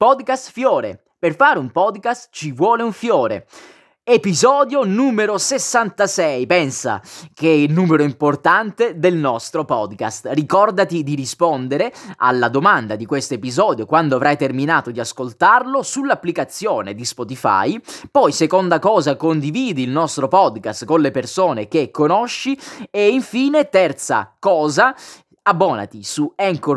Podcast Fiore. Per fare un podcast ci vuole un fiore. Episodio numero 66, pensa che è il numero importante del nostro podcast. Ricordati di rispondere alla domanda di questo episodio quando avrai terminato di ascoltarlo sull'applicazione di Spotify. Poi, seconda cosa, condividi il nostro podcast con le persone che conosci e infine, terza cosa, abbonati su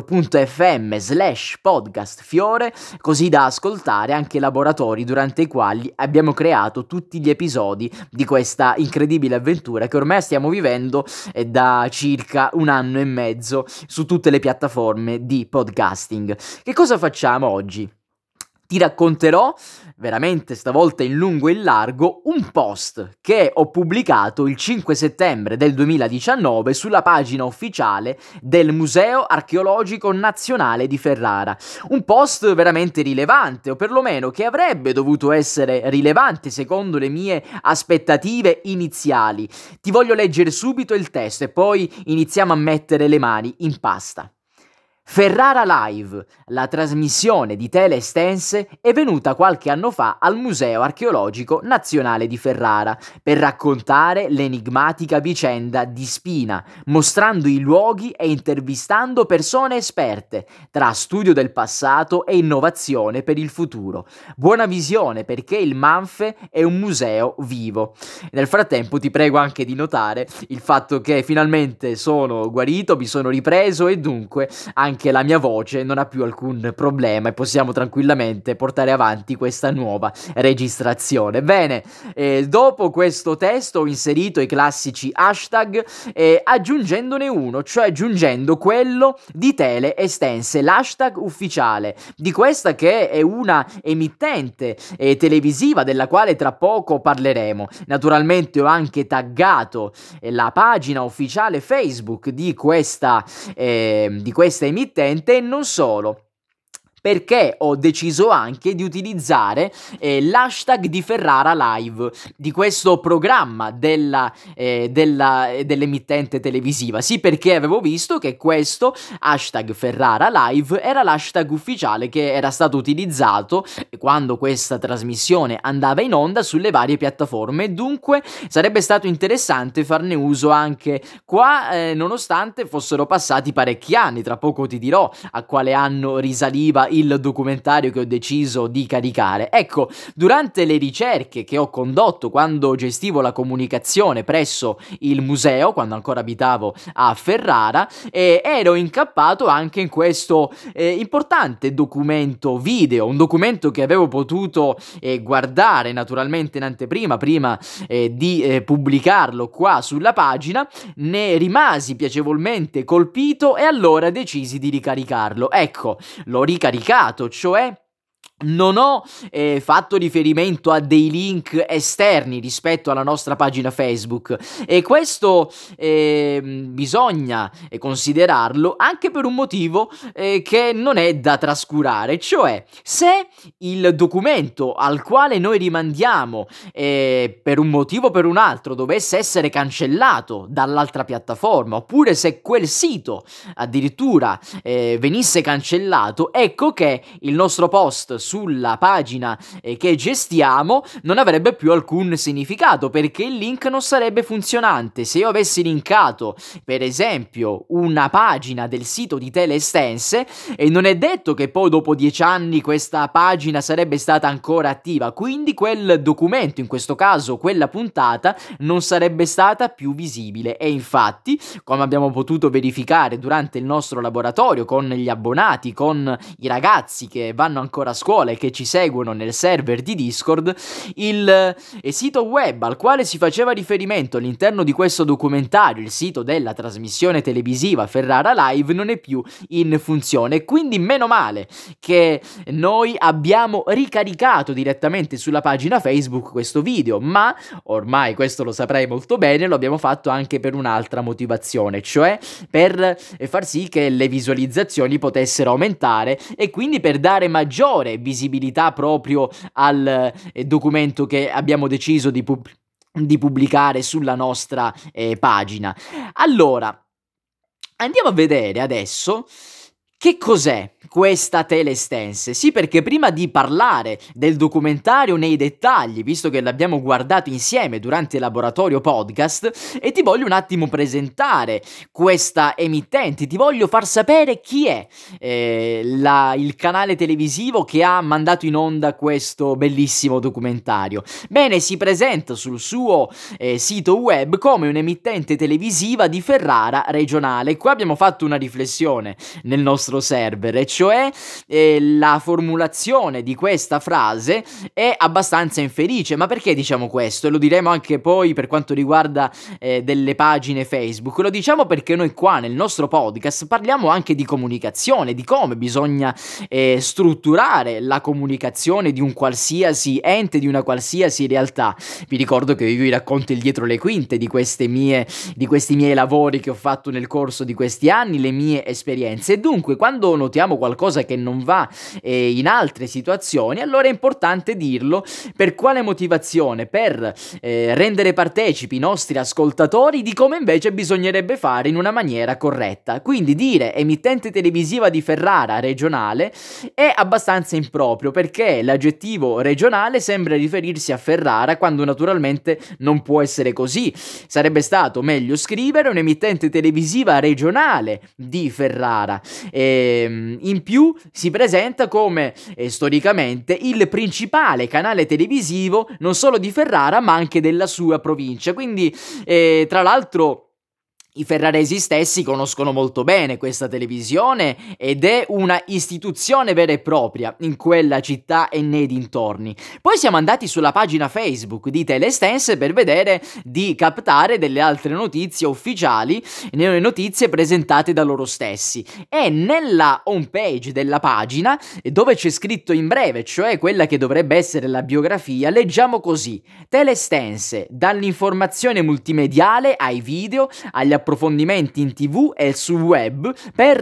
anchor.fm/podcastfiore così da ascoltare anche i laboratori durante i quali abbiamo creato tutti gli episodi di questa incredibile avventura che ormai stiamo vivendo da circa 1 anno e mezzo su tutte le piattaforme di podcasting. Che cosa facciamo oggi? Ti racconterò, veramente stavolta in lungo e in largo, un post che ho pubblicato il 5 settembre del 2019 sulla pagina ufficiale del Museo Archeologico Nazionale di Ferrara. Un post veramente rilevante, o perlomeno che avrebbe dovuto essere rilevante secondo le mie aspettative iniziali. Ti voglio leggere subito il testo e poi iniziamo a mettere le mani in pasta. Ferrara Live, la trasmissione di Tele Estense, è venuta qualche anno fa al Museo Archeologico Nazionale di Ferrara per raccontare l'enigmatica vicenda di Spina, mostrando i luoghi e intervistando persone esperte tra studio del passato e innovazione per il futuro. Buona visione perché il Manfe è un museo vivo. Nel frattempo ti prego anche di notare il fatto che finalmente sono guarito, mi sono ripreso e dunque anche la mia voce non ha più alcun problema e possiamo tranquillamente portare avanti questa nuova registrazione. Bene, dopo questo testo ho inserito i classici hashtag aggiungendone uno, cioè aggiungendo quello di Tele Estense, l'hashtag ufficiale di questa che è una emittente televisiva della quale tra poco parleremo. Naturalmente ho anche taggato la pagina ufficiale Facebook di questa emittente e non solo, perché ho deciso anche di utilizzare l'hashtag di Ferrara Live, di questo programma dell'emittente televisiva. Sì, perché avevo visto che questo hashtag Ferrara Live era l'hashtag ufficiale che era stato utilizzato quando questa trasmissione andava in onda sulle varie piattaforme. Dunque sarebbe stato interessante farne uso anche qua, nonostante fossero passati parecchi anni. Tra poco ti dirò a quale anno risaliva il documentario che ho deciso di caricare. Ecco, durante le ricerche che ho condotto quando gestivo la comunicazione presso il museo, quando ancora abitavo a Ferrara, ero incappato anche in questo importante documento video, un documento che avevo potuto guardare naturalmente in anteprima prima di pubblicarlo qua sulla pagina. Ne rimasi piacevolmente colpito e allora decisi di ricaricarlo. Ecco, l'ho ricaricato, cioè non ho fatto riferimento a dei link esterni rispetto alla nostra pagina Facebook e questo bisogna considerarlo anche per un motivo che non è da trascurare, cioè se il documento al quale noi rimandiamo per un motivo o per un altro dovesse essere cancellato dall'altra piattaforma, oppure se quel sito addirittura venisse cancellato, ecco che il nostro post sulla pagina che gestiamo non avrebbe più alcun significato, perché il link non sarebbe funzionante. Se io avessi linkato per esempio una pagina del sito di Tele Estense, e non è detto che poi dopo 10 anni questa pagina sarebbe stata ancora attiva, quindi quel documento, in questo caso quella puntata, non sarebbe stata più visibile. E infatti, come abbiamo potuto verificare durante il nostro laboratorio con gli abbonati, con i ragazzi che vanno ancora a scuola e che ci seguono nel server di Discord, il sito web al quale si faceva riferimento all'interno di questo documentario, il sito della trasmissione televisiva Ferrara Live, non è più in funzione. Quindi meno male che noi abbiamo ricaricato direttamente sulla pagina Facebook questo video, ma ormai questo lo saprai molto bene, lo abbiamo fatto anche per un'altra motivazione, cioè per far sì che le visualizzazioni potessero aumentare e quindi per dare maggiore visibilità proprio al documento che abbiamo deciso di pubblicare sulla nostra pagina. Allora, andiamo a vedere adesso Che cos'è questa Telestense? Sì, perché prima di parlare del documentario nei dettagli, visto che l'abbiamo guardato insieme durante il laboratorio podcast, e ti voglio un attimo presentare questa emittente, ti voglio far sapere chi è il canale televisivo che ha mandato in onda questo bellissimo documentario. Bene, si presenta sul suo sito web come un'emittente televisiva di Ferrara regionale. Qua abbiamo fatto una riflessione nel nostro server, e cioè la formulazione di questa frase è abbastanza infelice. Ma perché diciamo questo? E lo diremo anche poi per quanto riguarda delle pagine Facebook. Lo diciamo perché noi qua nel nostro podcast parliamo anche di comunicazione, di come bisogna strutturare la comunicazione di un qualsiasi ente, di una qualsiasi realtà. Vi ricordo che io vi racconto il dietro le quinte di questi miei lavori che ho fatto nel corso di questi anni, le mie esperienze. E dunque, quando notiamo qualcosa che non va in altre situazioni, allora è importante dirlo. Per quale motivazione? Per rendere partecipi i nostri ascoltatori di come invece bisognerebbe fare in una maniera corretta. Quindi dire emittente televisiva di Ferrara regionale è abbastanza improprio, perché l'aggettivo regionale sembra riferirsi a Ferrara, quando naturalmente non può essere così. Sarebbe stato meglio scrivere un'emittente televisiva regionale di Ferrara. In più si presenta come storicamente il principale canale televisivo non solo di Ferrara ma anche della sua provincia. Quindi tra l'altro i ferraresi stessi conoscono molto bene questa televisione ed è una istituzione vera e propria in quella città e nei dintorni. Poi siamo andati sulla pagina Facebook di Telestense per vedere di captare delle altre notizie ufficiali, notizie presentate da loro stessi, e nella homepage della pagina, dove c'è scritto in breve, cioè quella che dovrebbe essere la biografia, leggiamo così: Telestense, dall'informazione multimediale ai video, agli approfondimenti in TV e sul web, per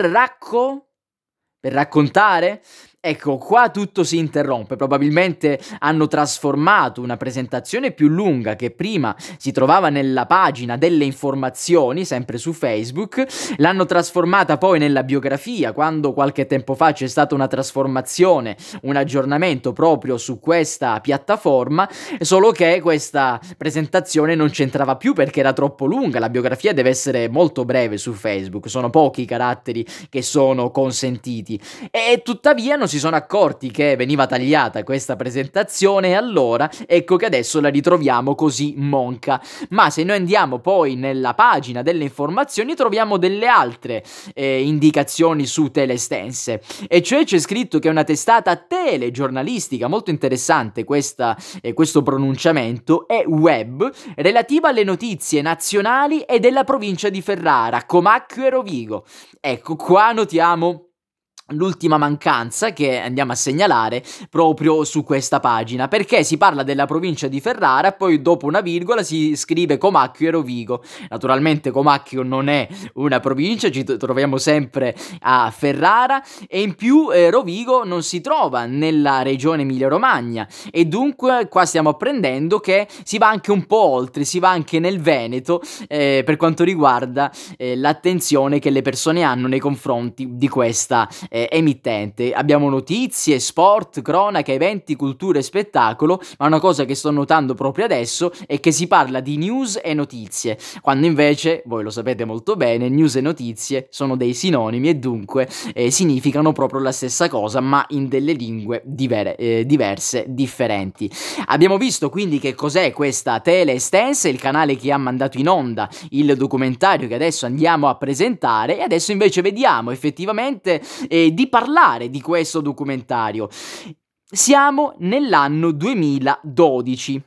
raccontare? Ecco, qua tutto si interrompe. Probabilmente hanno trasformato una presentazione più lunga che prima si trovava nella pagina delle informazioni, sempre su Facebook, l'hanno trasformata poi nella biografia, quando qualche tempo fa c'è stata una trasformazione, un aggiornamento proprio su questa piattaforma, solo che questa presentazione non c'entrava più perché era troppo lunga. La biografia deve essere molto breve su Facebook, sono pochi i caratteri che sono consentiti, e tuttavia non si sono accorti che veniva tagliata questa presentazione, e allora ecco che adesso la ritroviamo così monca. Ma se noi andiamo poi nella pagina delle informazioni troviamo delle altre indicazioni su Telestense, e cioè c'è scritto che è una testata telegiornalistica molto interessante, questo pronunciamento, è web, relativa alle notizie nazionali e della provincia di Ferrara, Comacchio e Rovigo. Ecco, qua notiamo l'ultima mancanza che andiamo a segnalare proprio su questa pagina, perché si parla della provincia di Ferrara, poi dopo una virgola si scrive Comacchio e Rovigo. Naturalmente Comacchio non è una provincia, ci troviamo sempre a Ferrara, e in più Rovigo non si trova nella regione Emilia-Romagna, e dunque qua stiamo apprendendo che si va anche un po' oltre, si va anche nel Veneto per quanto riguarda l'attenzione che le persone hanno nei confronti di questa emittente. Abbiamo notizie, sport, cronaca, eventi, cultura e spettacolo, ma una cosa che sto notando proprio adesso è che si parla di news e notizie, quando invece, voi lo sapete molto bene, news e notizie sono dei sinonimi e dunque significano proprio la stessa cosa, ma in delle lingue diverse, differenti. Abbiamo visto quindi che cos'è questa Telestense, il canale che ha mandato in onda il documentario che adesso andiamo a presentare, e adesso invece vediamo effettivamente di parlare di questo documentario. Siamo nell'anno 2012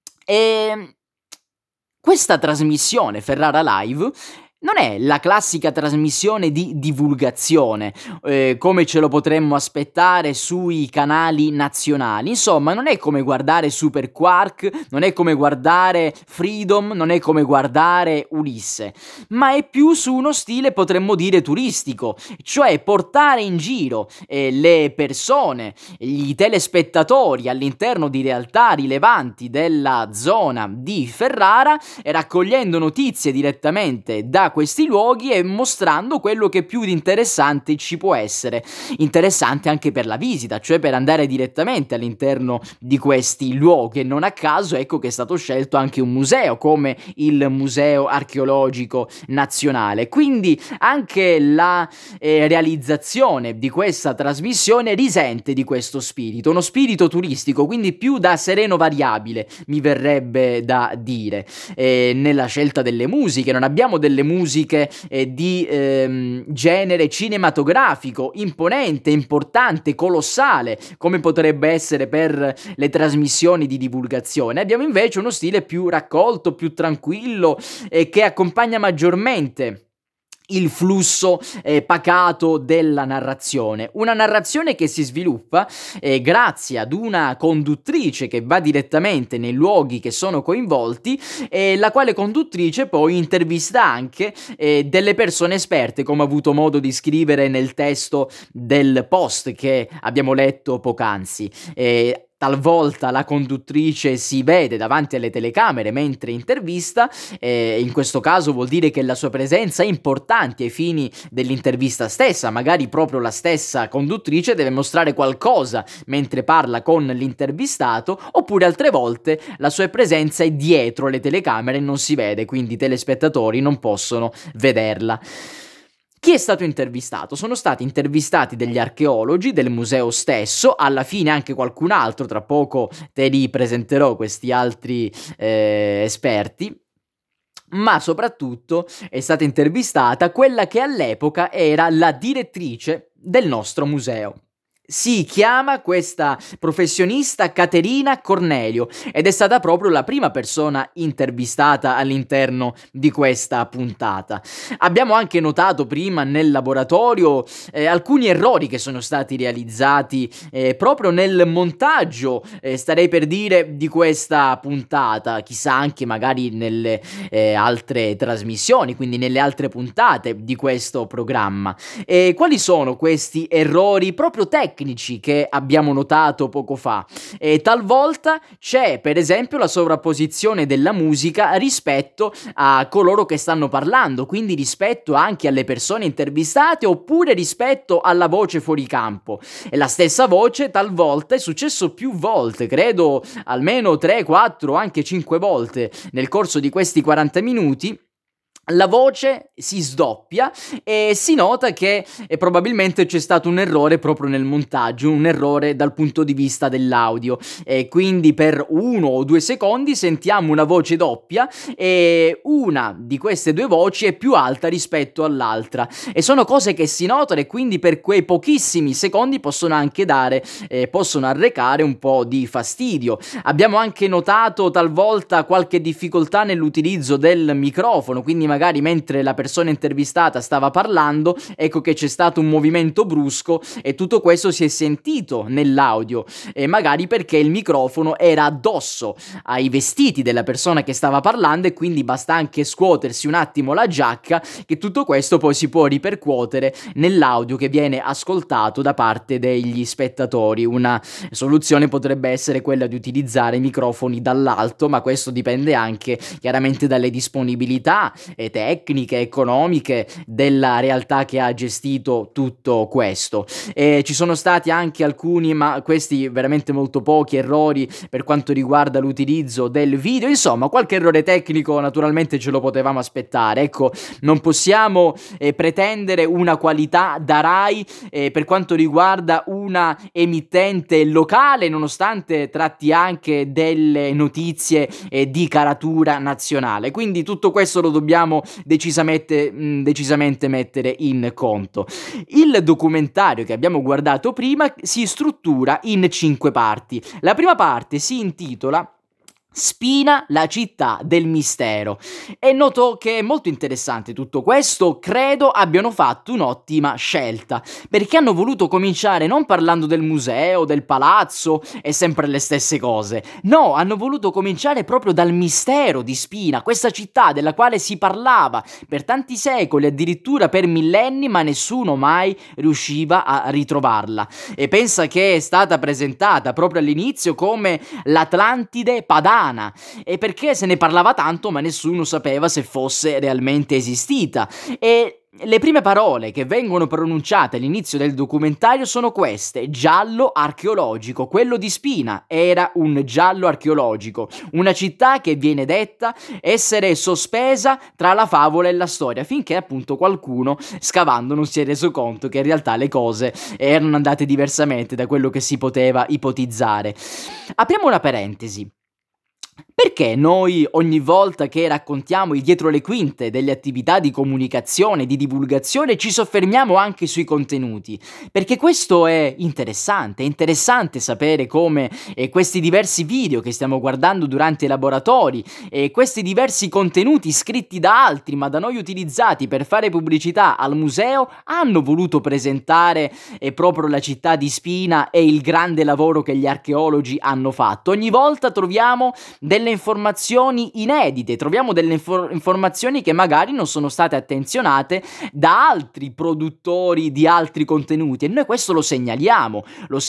e questa trasmissione Ferrara Live non è la classica trasmissione di divulgazione, come ce lo potremmo aspettare sui canali nazionali. Insomma, non è come guardare Super Quark, non è come guardare Freedom, non è come guardare Ulisse, ma è più su uno stile, potremmo dire, turistico, cioè portare in giro le persone, gli telespettatori all'interno di realtà rilevanti della zona di Ferrara, raccogliendo notizie direttamente da tra questi luoghi e mostrando quello che più di interessante ci può essere. Interessante anche per la visita, cioè per andare direttamente all'interno di questi luoghi, e non a caso ecco che è stato scelto anche un museo come il Museo Archeologico Nazionale. Quindi anche la realizzazione di questa trasmissione risente di questo spirito, uno spirito turistico, quindi più da sereno variabile, mi verrebbe da dire. Nella scelta delle musiche, non abbiamo delle musiche di genere cinematografico imponente, importante, colossale, come potrebbe essere per le trasmissioni di divulgazione. Abbiamo invece uno stile più raccolto, più tranquillo, che accompagna maggiormente il flusso pacato della narrazione. Una narrazione che si sviluppa grazie ad una conduttrice che va direttamente nei luoghi che sono coinvolti, e la quale conduttrice poi intervista anche delle persone esperte, come ho avuto modo di scrivere nel testo del post che abbiamo letto poc'anzi. Talvolta la conduttrice si vede davanti alle telecamere mentre intervista, in questo caso vuol dire che la sua presenza è importante ai fini dell'intervista stessa, magari proprio la stessa conduttrice deve mostrare qualcosa mentre parla con l'intervistato, oppure altre volte la sua presenza è dietro le telecamere e non si vede, quindi i telespettatori non possono vederla. Chi è stato intervistato? Sono stati intervistati degli archeologi del museo stesso, alla fine anche qualcun altro, tra poco te li presenterò questi altri esperti, ma soprattutto è stata intervistata quella che all'epoca era la direttrice del nostro museo. Si chiama questa professionista Caterina Cornelio ed è stata proprio la prima persona intervistata all'interno di questa puntata. Abbiamo anche notato prima nel laboratorio alcuni errori che sono stati realizzati proprio nel montaggio, starei per dire, di questa puntata, chissà anche magari nelle altre trasmissioni, quindi nelle altre puntate di questo programma. E quali sono questi errori proprio tecnici che abbiamo notato poco fa? Talvolta c'è per esempio la sovrapposizione della musica rispetto a coloro che stanno parlando, quindi rispetto anche alle persone intervistate oppure rispetto alla voce fuori campo. E la stessa voce talvolta è successo più volte, credo almeno 3, 4, anche 5 volte nel corso di questi 40 minuti. La voce si sdoppia e si nota che probabilmente c'è stato un errore proprio nel montaggio, un errore dal punto di vista dell'audio, e quindi per 1 o 2 secondi sentiamo una voce doppia e una di queste 2 voci è più alta rispetto all'altra, e sono cose che si notano e quindi per quei pochissimi secondi possono anche possono arrecare un po' di fastidio. Abbiamo anche notato talvolta qualche difficoltà nell'utilizzo del microfono, quindi magari mentre la persona intervistata stava parlando, ecco che c'è stato un movimento brusco e tutto questo si è sentito nell'audio, e magari perché il microfono era addosso ai vestiti della persona che stava parlando e quindi basta anche scuotersi un attimo la giacca, che tutto questo poi si può ripercuotere nell'audio che viene ascoltato da parte degli spettatori. Una soluzione potrebbe essere quella di utilizzare i microfoni dall'alto, ma questo dipende anche chiaramente dalle disponibilità tecniche, economiche della realtà che ha gestito tutto questo. Ci sono stati anche alcuni, ma questi veramente molto pochi, errori per quanto riguarda l'utilizzo del video. Insomma, qualche errore tecnico naturalmente ce lo potevamo aspettare. Ecco, non possiamo pretendere una qualità da Rai per quanto riguarda una emittente locale, nonostante tratti anche delle notizie di caratura nazionale. Quindi tutto questo lo dobbiamo decisamente mettere in conto. Il documentario che abbiamo guardato prima si struttura in 5 parti. La prima parte si intitola Spina, la città del mistero, e noto che è molto interessante tutto questo. Credo abbiano fatto un'ottima scelta, perché hanno voluto cominciare non parlando del museo, del palazzo e sempre le stesse cose. No, hanno voluto cominciare proprio dal mistero di Spina, questa città della quale si parlava per tanti secoli, addirittura per millenni, ma nessuno mai riusciva a ritrovarla. E pensa che è stata presentata proprio all'inizio come l'Atlantide padana, quotidiana, e perché se ne parlava tanto ma nessuno sapeva se fosse realmente esistita. E le prime parole che vengono pronunciate all'inizio del documentario sono queste: giallo archeologico. Quello di Spina era un giallo archeologico, una città che viene detta essere sospesa tra la favola e la storia, finché appunto qualcuno scavando non si è reso conto che in realtà le cose erano andate diversamente da quello che si poteva ipotizzare. Apriamo una parentesi. Perché noi ogni volta che raccontiamo il dietro le quinte delle attività di comunicazione, di divulgazione, ci soffermiamo anche sui contenuti? Perché questo è interessante sapere come questi diversi video che stiamo guardando durante i laboratori e questi diversi contenuti scritti da altri ma da noi utilizzati per fare pubblicità al museo hanno voluto presentare proprio la città di Spina e il grande lavoro che gli archeologi hanno fatto. Ogni volta troviamo delle informazioni inedite, troviamo delle informazioni che magari non sono state attenzionate da altri produttori di altri contenuti, e noi questo lo segnaliamo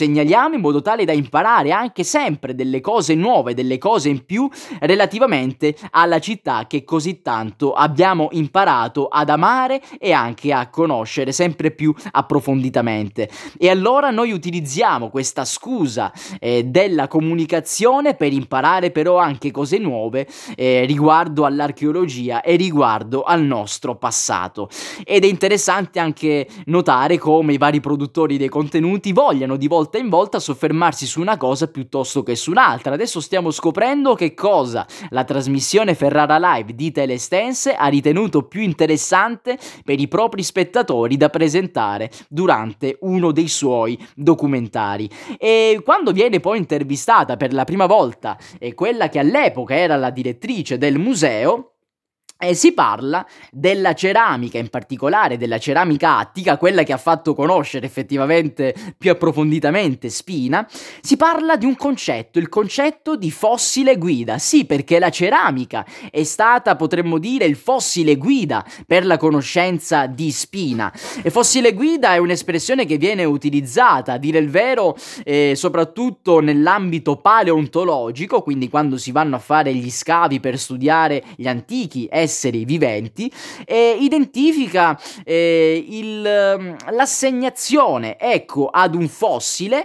in modo tale da imparare anche sempre delle cose nuove, delle cose in più relativamente alla città che così tanto abbiamo imparato ad amare e anche a conoscere sempre più approfonditamente. E allora noi utilizziamo questa scusa della comunicazione per imparare però anche cose nuove riguardo all'archeologia e riguardo al nostro passato. Ed è interessante anche notare come i vari produttori dei contenuti vogliano di volta in volta soffermarsi su una cosa piuttosto che su un'altra. Adesso stiamo scoprendo che cosa la trasmissione Ferrara Live di Telestense ha ritenuto più interessante per i propri spettatori da presentare durante uno dei suoi documentari. E quando viene poi intervistata per la prima volta quella che all'epoca era la direttrice del museo, si parla della ceramica, in particolare della ceramica attica, quella che ha fatto conoscere effettivamente più approfonditamente Spina. Si parla di un concetto, il concetto di fossile guida. Sì, perché la ceramica è stata, potremmo dire, il fossile guida per la conoscenza di Spina. E fossile guida è un'espressione che viene utilizzata, a dire il vero, soprattutto nell'ambito paleontologico, quindi quando si vanno a fare gli scavi per studiare gli antichi esseri viventi, e identifica l'assegnazione, ecco, ad un fossile,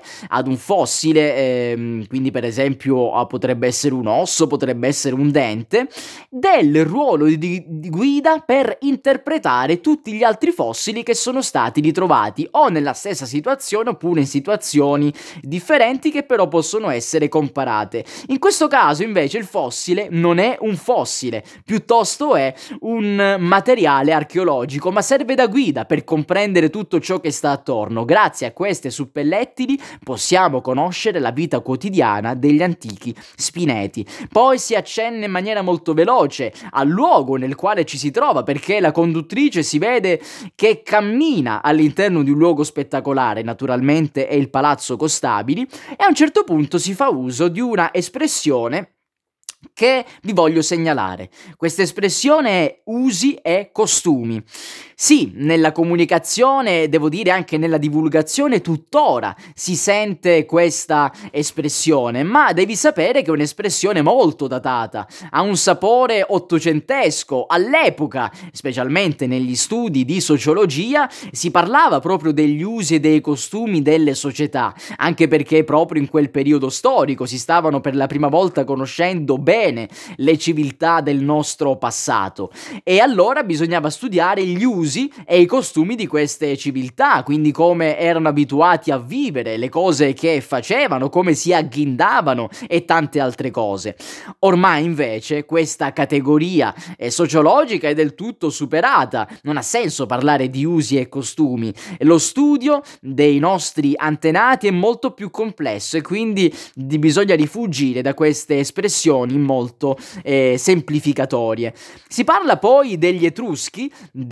quindi per esempio potrebbe essere un osso, potrebbe essere un dente, del ruolo di guida per interpretare tutti gli altri fossili che sono stati ritrovati o nella stessa situazione oppure in situazioni differenti che però possono essere comparate. In questo caso invece il fossile non è un fossile, piuttosto è un materiale archeologico, ma serve da guida per comprendere tutto ciò che sta attorno. Grazie a queste suppellettili possiamo conoscere la vita quotidiana degli antichi spineti. Poi si accenna in maniera molto veloce al luogo nel quale ci si trova, perché la conduttrice si vede che cammina all'interno di un luogo spettacolare, naturalmente è il Palazzo Costabili, e a un certo punto si fa uso di una espressione che vi voglio segnalare. Questa espressione è usi e costumi. Sì, nella comunicazione, devo dire anche nella divulgazione, tuttora si sente questa espressione, ma devi sapere che è un'espressione molto datata, ha un sapore ottocentesco. All'epoca, specialmente negli studi di sociologia, si parlava proprio degli usi e dei costumi delle società, anche perché proprio in quel periodo storico si stavano per la prima volta conoscendo bene le civiltà del nostro passato, e allora bisognava studiare gli usi e i costumi di queste civiltà, quindi come erano abituati a vivere, le cose che facevano, come si agghindavano e tante altre cose. Ormai invece questa categoria sociologica è del tutto superata, non ha senso parlare di usi e costumi. Lo studio dei nostri antenati è molto più complesso e quindi bisogna rifuggire da queste espressioni molto semplificatorie. Si parla poi degli Etruschi, delle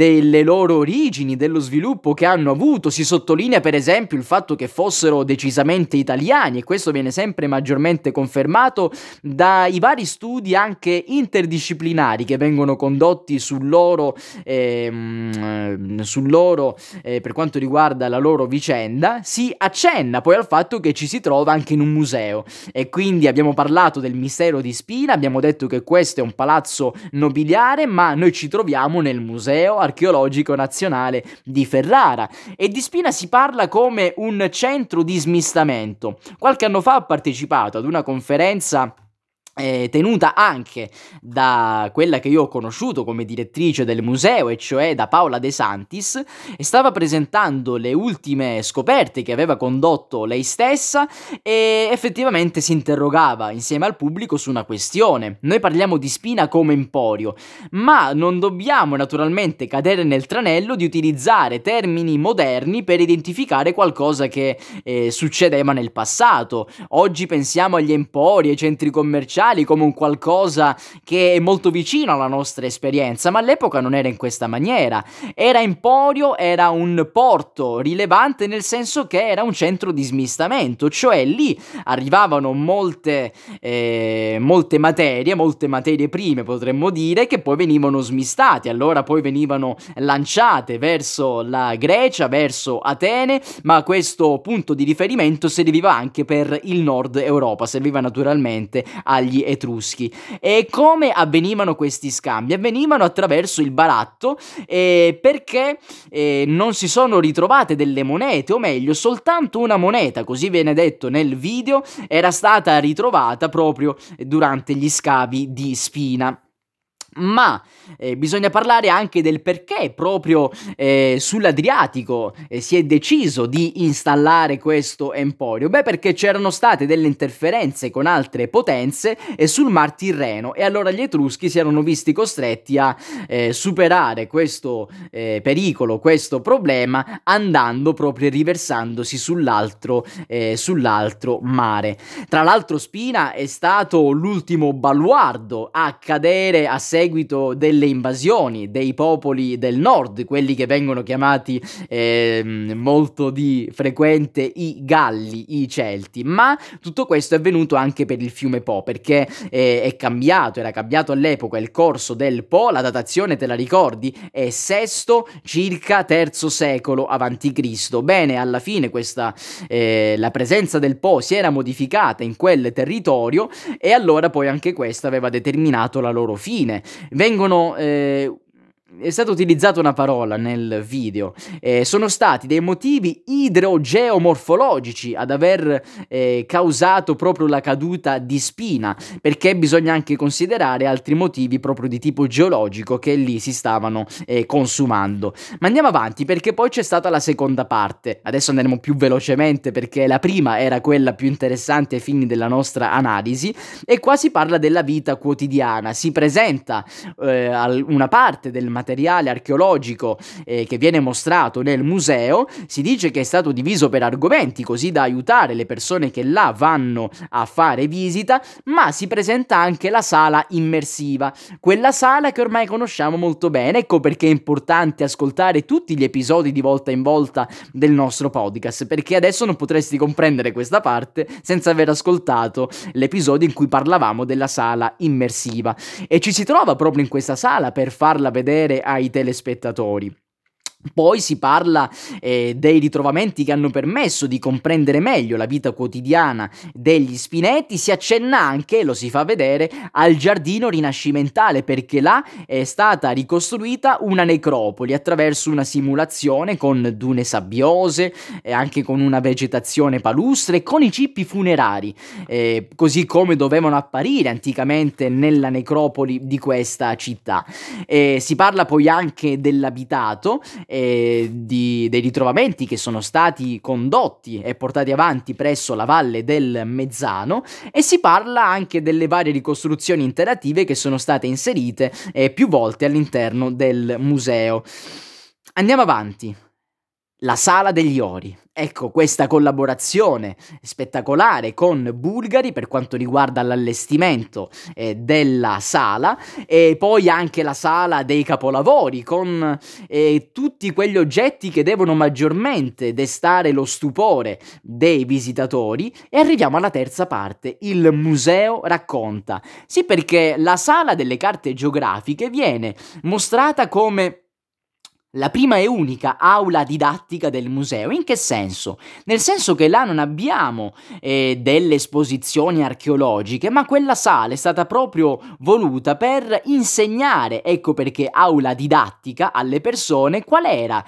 loro origini, dello sviluppo che hanno avuto. Si sottolinea per esempio il fatto che fossero decisamente italiani, e questo viene sempre maggiormente confermato dai vari studi anche interdisciplinari che vengono condotti per quanto riguarda la loro vicenda. Si accenna poi al fatto che ci si trova anche in un museo, e quindi abbiamo parlato del mistero di Spina, abbiamo detto che questo è un palazzo nobiliare, ma noi ci troviamo nel Museo Archeologico Nazionale di Ferrara, e di Spina si parla come un centro di smistamento. Qualche anno fa ho partecipato ad una conferenza tenuta anche da quella che io ho conosciuto come direttrice del museo, e cioè da Paola De Santis, e stava presentando le ultime scoperte che aveva condotto lei stessa, e effettivamente si interrogava insieme al pubblico su una questione. Noi parliamo di Spina come emporio, ma non dobbiamo naturalmente cadere nel tranello di utilizzare termini moderni per identificare qualcosa che succedeva nel passato. Oggi pensiamo agli empori, ai centri commerciali come un qualcosa che è molto vicino alla nostra esperienza, ma all'epoca non era in questa maniera. Era emporio, era un porto rilevante nel senso che era un centro di smistamento, cioè lì arrivavano molte materie prime, potremmo dire, che poi venivano smistate, allora poi venivano lanciate verso la Grecia, verso Atene, ma questo punto di riferimento serviva anche per il nord Europa, serviva naturalmente agli Etruschi. E come avvenivano questi scambi? Avvenivano attraverso il baratto, perché non si sono ritrovate delle monete, o meglio soltanto una moneta, così viene detto nel video, era stata ritrovata proprio durante gli scavi di Spina. Ma bisogna parlare anche del perché proprio sull'Adriatico si è deciso di installare questo emporio. Beh, perché c'erano state delle interferenze con altre potenze sul Mar Tirreno, e allora gli Etruschi si erano visti costretti a superare questo pericolo, questo problema, andando proprio e riversandosi sull'altro mare. Tra l'altro Spina è stato l'ultimo baluardo a cadere a seguito delle invasioni dei popoli del nord, quelli che vengono chiamati molto di frequente i Galli, i Celti. Ma tutto questo è avvenuto anche per il fiume Po, perché era cambiato all'epoca il corso del Po. La datazione, te la ricordi? È sesto circa terzo secolo avanti Cristo. Bene, alla fine la presenza del Po si era modificata in quel territorio, e allora poi anche questa aveva determinato la loro fine. È stata utilizzata una parola nel video, sono stati dei motivi idrogeomorfologici ad aver causato proprio la caduta di Spina, perché bisogna anche considerare altri motivi proprio di tipo geologico che lì si stavano consumando. Ma andiamo avanti, perché poi c'è stata la seconda parte. Adesso andremo più velocemente perché la prima era quella più interessante ai fini della nostra analisi, e qua si parla della vita quotidiana. Si presenta una parte del materiale archeologico che viene mostrato nel museo. Si dice che è stato diviso per argomenti, così da aiutare le persone che là vanno a fare visita, ma si presenta anche la sala immersiva, quella sala che ormai conosciamo molto bene. Ecco perché è importante ascoltare tutti gli episodi di volta in volta del nostro podcast, perché adesso non potresti comprendere questa parte senza aver ascoltato l'episodio in cui parlavamo della sala immersiva, e ci si trova proprio in questa sala per farla vedere ai telespettatori. Poi si parla dei ritrovamenti che hanno permesso di comprendere meglio la vita quotidiana degli Spineti. Si accenna anche, lo si fa vedere, al giardino rinascimentale, perché là è stata ricostruita una necropoli attraverso una simulazione con dune sabbiose e anche con una vegetazione palustre, con i cippi funerari, così come dovevano apparire anticamente nella necropoli di questa città. Si parla poi anche dell'abitato, dei ritrovamenti che sono stati condotti e portati avanti presso la Valle del Mezzano, e si parla anche delle varie ricostruzioni interattive che sono state inserite più volte all'interno del museo. Andiamo avanti. La Sala degli Ori. Ecco, questa collaborazione spettacolare con Bulgari per quanto riguarda l'allestimento, della sala, e poi anche la sala dei capolavori con, tutti quegli oggetti che devono maggiormente destare lo stupore dei visitatori, e arriviamo alla terza parte, il museo racconta. Sì, perché la sala delle carte geografiche viene mostrata come la prima e unica aula didattica del museo. In che senso? Nel senso che là non abbiamo delle esposizioni archeologiche, ma quella sala è stata proprio voluta per insegnare, ecco perché aula didattica, alle persone qual era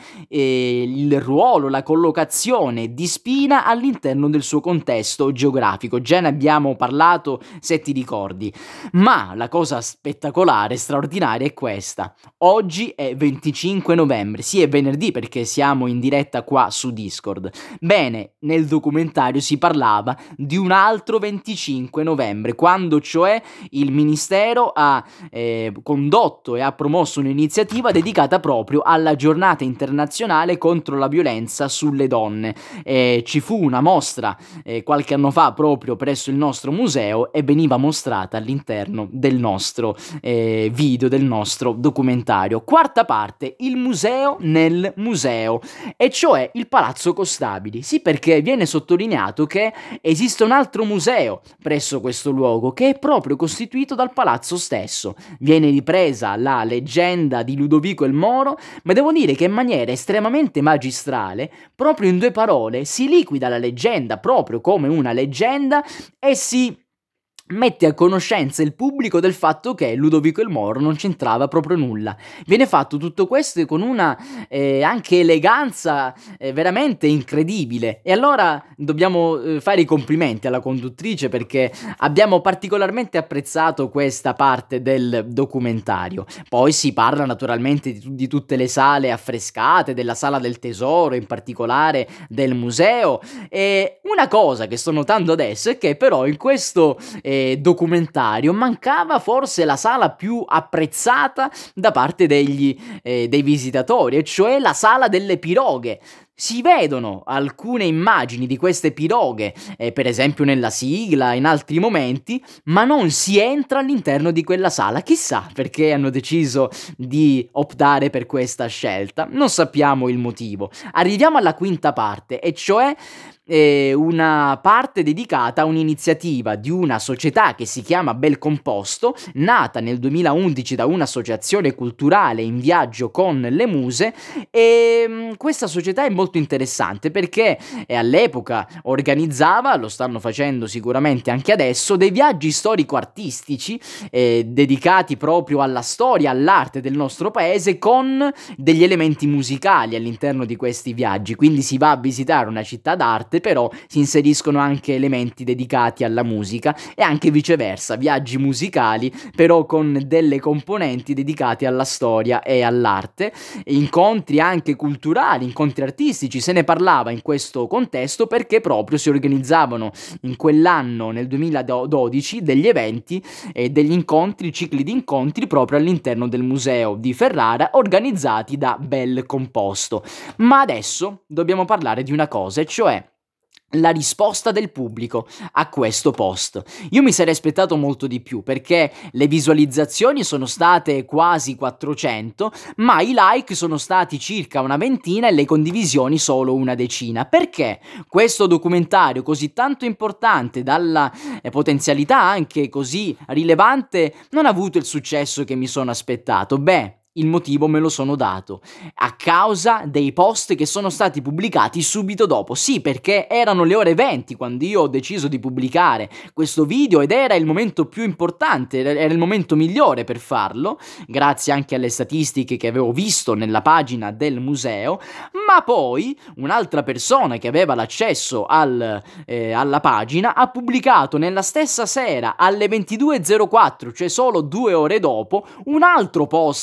il ruolo, la collocazione di Spina all'interno del suo contesto geografico. Già ne abbiamo parlato, se ti ricordi. Ma la cosa spettacolare, straordinaria è questa. Oggi è 25 novembre, sì è venerdì perché siamo in diretta qua su Discord. Bene, nel documentario si parlava di un altro 25 novembre, quando cioè il Ministero ha condotto e ha promosso un'iniziativa dedicata proprio alla giornata internazionale contro la violenza sulle donne. Ci fu una mostra qualche anno fa proprio presso il nostro museo e veniva mostrata all'interno del nostro video, del nostro documentario. Quarta parte, il museo nel museo, e cioè il Palazzo Costabili. Sì, perché viene sottolineato che esiste un altro museo presso questo luogo che è proprio costituito dal palazzo stesso. Viene ripresa la leggenda di Ludovico il Moro, ma devo dire che in maniera estremamente magistrale, proprio in due parole, si liquida la leggenda proprio come una leggenda e si mette a conoscenza il pubblico del fatto che Ludovico il Moro non c'entrava proprio nulla. Viene fatto tutto questo con una anche eleganza veramente incredibile, e allora dobbiamo fare i complimenti alla conduttrice perché abbiamo particolarmente apprezzato questa parte del documentario. Poi si parla naturalmente di tutte le sale affrescate, della Sala del Tesoro, in particolare del museo, e una cosa che sto notando adesso è che però in questo documentario mancava forse la sala più apprezzata da parte dei visitatori, e cioè la sala delle piroghe. Si vedono alcune immagini di queste piroghe, per esempio nella sigla, in altri momenti, ma non si entra all'interno di quella sala. Chissà perché hanno deciso di optare per questa scelta, non sappiamo il motivo. Arriviamo alla quinta parte, e cioè una parte dedicata a un'iniziativa di una società che si chiama Bel Composto, nata nel 2011 da un'associazione culturale in viaggio con le muse, e questa società è molto interessante perché all'epoca organizzava, lo stanno facendo sicuramente anche adesso, dei viaggi storico-artistici dedicati proprio alla storia, all'arte del nostro paese, con degli elementi musicali all'interno di questi viaggi. Quindi si va a visitare una città d'arte, però si inseriscono anche elementi dedicati alla musica, e anche viceversa, viaggi musicali però con delle componenti dedicate alla storia e all'arte, incontri anche culturali, incontri artistici. Se ne parlava in questo contesto perché proprio si organizzavano in quell'anno, nel 2012, degli eventi e degli incontri, cicli di incontri proprio all'interno del museo di Ferrara, organizzati da Bel Composto. Ma adesso dobbiamo parlare di una cosa, e cioè la risposta del pubblico a questo post. Io mi sarei aspettato molto di più perché le visualizzazioni sono state quasi 400, ma i like sono stati circa una ventina e le condivisioni solo una decina. Perché questo documentario così tanto importante, dalla potenzialità anche così rilevante, non ha avuto il successo che mi sono aspettato? Beh, il motivo me lo sono dato, a causa dei post che sono stati pubblicati subito dopo. Sì, perché erano le ore 20 quando io ho deciso di pubblicare questo video, ed era il momento più importante, era il momento migliore per farlo, grazie anche alle statistiche che avevo visto nella pagina del museo. Ma poi un'altra persona che aveva l'accesso alla pagina ha pubblicato nella stessa sera alle 22:04, cioè solo 2 ore dopo, un altro post per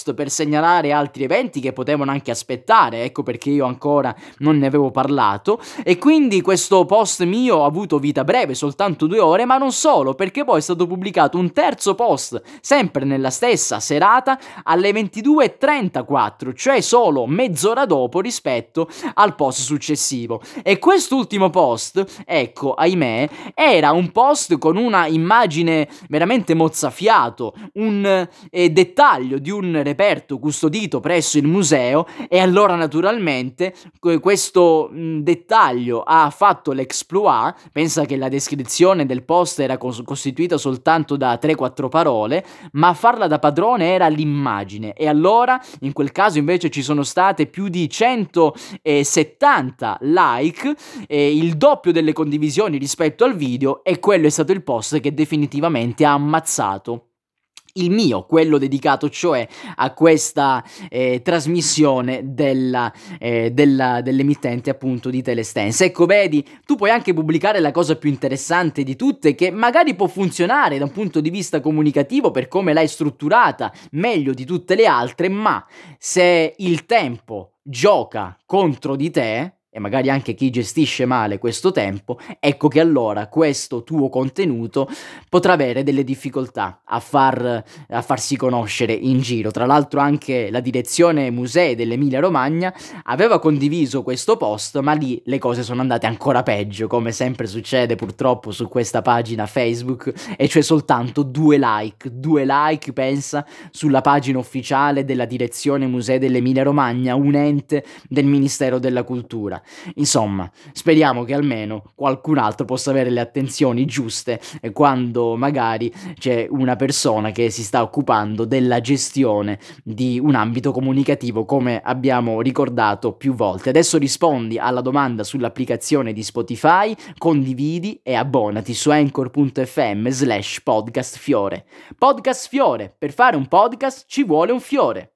segnalare altri eventi che potevano anche aspettare, ecco perché io ancora non ne avevo parlato, e quindi questo post mio ha avuto vita breve, soltanto 2 ore, ma non solo, perché poi è stato pubblicato un terzo post, sempre nella stessa serata, alle 22:34, cioè solo mezz'ora dopo rispetto al post successivo. E quest'ultimo post, ecco, ahimè, era un post con una immagine veramente mozzafiato, un dettaglio di un reperto custodito presso il museo, e allora naturalmente questo dettaglio ha fatto l'exploit. Pensa che la descrizione del post era costituita soltanto da 3-4 parole, ma a farla da padrone era l'immagine, e allora in quel caso invece ci sono state più di 170 like, il doppio delle condivisioni rispetto al video, e quello è stato il post che definitivamente ha ammazzato il mio, quello dedicato cioè a questa trasmissione dell'emittente appunto di Telestense. Ecco, vedi, tu puoi anche pubblicare la cosa più interessante di tutte, che magari può funzionare da un punto di vista comunicativo per come l'hai strutturata meglio di tutte le altre, ma se il tempo gioca contro di te, e magari anche chi gestisce male questo tempo, ecco che allora questo tuo contenuto potrà avere delle difficoltà a farsi conoscere in giro. Tra l'altro anche la direzione musei dell'Emilia Romagna aveva condiviso questo post, ma lì le cose sono andate ancora peggio, come sempre succede purtroppo su questa pagina Facebook, e cioè soltanto 2 like, pensa, sulla pagina ufficiale della direzione musei dell'Emilia Romagna, un ente del Ministero della Cultura. Insomma, speriamo che almeno qualcun altro possa avere le attenzioni giuste quando magari c'è una persona che si sta occupando della gestione di un ambito comunicativo, come abbiamo ricordato più volte. Adesso rispondi alla domanda sull'applicazione di Spotify, condividi e abbonati su anchor.fm/podcastfiore. Podcast Fiore, per fare un podcast ci vuole un fiore.